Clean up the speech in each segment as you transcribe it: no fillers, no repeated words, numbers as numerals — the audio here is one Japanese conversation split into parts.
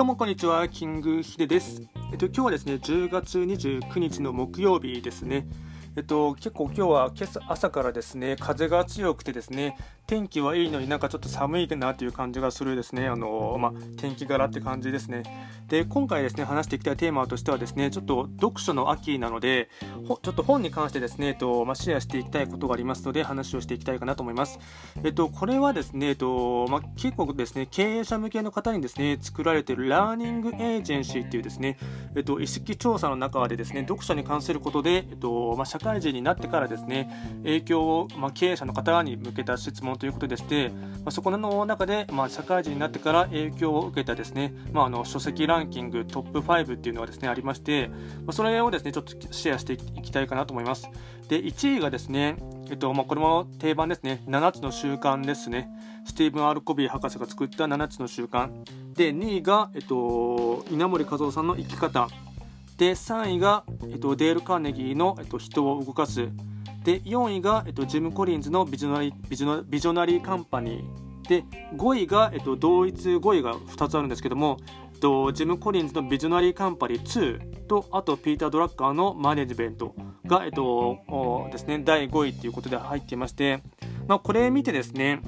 どうもこんにちは、キングヒデです。今日はですね、10月29日の木曜日ですね。結構今日は朝からですね、風が強くてですね、天気はいいのになんかちょっと寒いなという感じがするですね、天気柄って感じですね。で、今回ですね、話していきたいテーマとしてはですね、ちょっと読書の秋なので、ちょっと本に関してですね、シェアしていきたいことがありますので、話をしていきたいかなと思います。これはですね、結構ですね、経営者向けの方にですね、作られているラーニングエージェンシーっていうですね、意識調査の中でですね、読書に関することで、社会人になってからですね、影響を、経営者の方に向けた質問ということでして、そこの中で、社会人になってから影響を受けたですね、書籍ランキングトップ5っていうのがですねありまして、それをですねちょっとシェアしていきたいかなと思います。で、1位がですね、これも定番ですね、7つの習慣ですね。スティーブン・アルコビー博士が作った7つの習慣で、2位が、稲森和夫さんの生き方で、3位が、デール・カーネギーの、人を動かすで、4位が、ジム・コリンズのビジョナリーカンパニーで、5位が、同一5位が2つあるんですけども、ジム・コリンズのビジョナリーカンパニー2と、あとピーター・ドラッカーのマネジメントが、ですね、第5位ということで入っていまして、これ見てですね、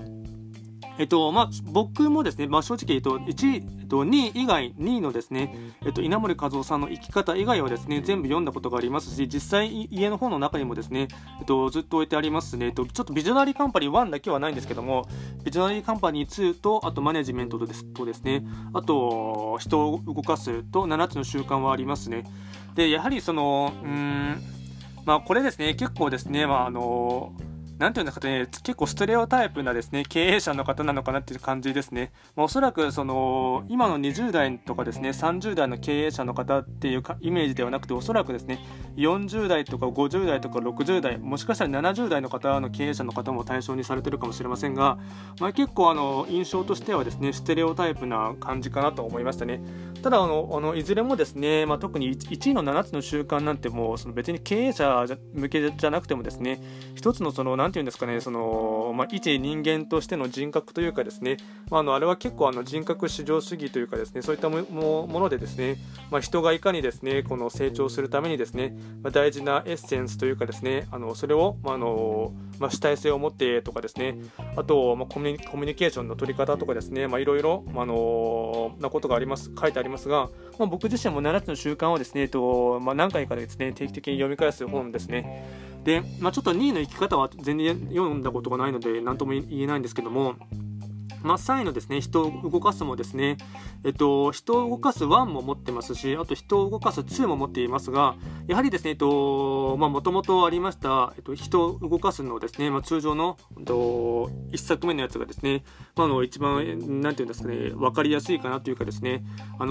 僕もですね、正直2位以外、2位のですね、稲森和夫さんの生き方以外はですね、全部読んだことがありますし、実際家の本の中にもですね、ずっと置いてありますね。ちょっとビジョナリーカンパニー1だけはないんですけども、ビジョナリーカンパニー2と、あとマネジメントとですね、あと人を動かすと7つの習慣はありますね。で、やはりそのこれですね、結構ですね、なんていうんですかね、結構ステレオタイプなですね、経営者の方なのかなっていう感じですね。おそらく今の20代とかですね、30代の経営者の方っていうイメージではなくて、おそらくですね、40代とか50代とか60代、もしかしたら70代の方の経営者の方も対象にされているかもしれませんが、結構印象としてはですね、ステレオタイプな感じかなと思いましたね。ただいずれもですね、特に1位の7つの習慣なんてもう別に経営者向けじゃなくてもですね、一つのなんていうんですかね、一人間としての人格というかですね、あれは結構人格至上主義というかですね、そういったものでですね、人がいかにですねこの成長するためにですね、大事なエッセンスというかですね、それを主体性を持ってとかですね、あと、コミュニケーションの取り方とかですね、いろいろなことがあります、書いてありますが、僕自身も7つの習慣をですね、何回かですね定期的に読み返す本ですね。で、ちょっと2位の生き方は全然読んだことがないので何とも言えないんですけども、3位のですね、人を動かすもですね、人を動かす1も持ってますし、あと人を動かす2も持っていますが、やはりですね、もともとありました、人を動かすのですね、通常の、1作目のやつがですね、一番なんていうんですかね、分かりやすいかなというかですね、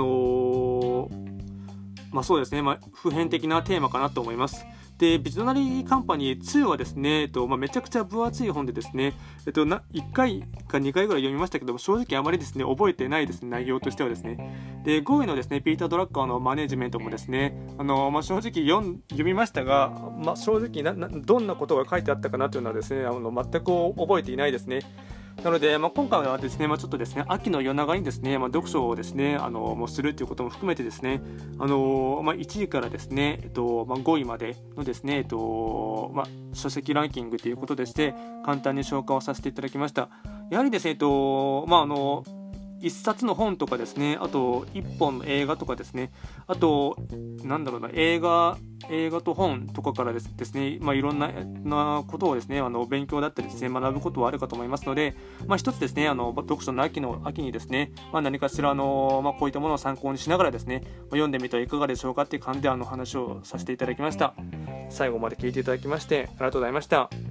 そうですね、普遍的なテーマかなと思います。で、ビジョナリーカンパニー2はですね、めちゃくちゃ分厚い本でですね、1回か2回ぐらい読みましたけども、正直あまりですね覚えてないですね、内容としてはですね。で、5位のですね、ピーター・ドラッカーのマネジメントもですね、正直読みましたが、正直どんなことが書いてあったかなというのはですね、全く覚えていないですね。なので、今回はですね、ちょっとですね、秋の夜長にですね、読書をですね、もうするということも含めてですね、1位からですね、5位までのですね、書籍ランキングということでして、簡単に紹介をさせていただきました。やはりですね、一冊の本とかですね、あと一本の映画とかですね、あと映画と本とかからですね、いろんなことをですね、勉強だったりですね、学ぶことはあるかと思いますので、一つですね、読書の秋にですね、何かしらこういったものを参考にしながらですね、読んでみてはいかがでしょうかっていう感じで話をさせていただきました。最後まで聞いていただきましてありがとうございました。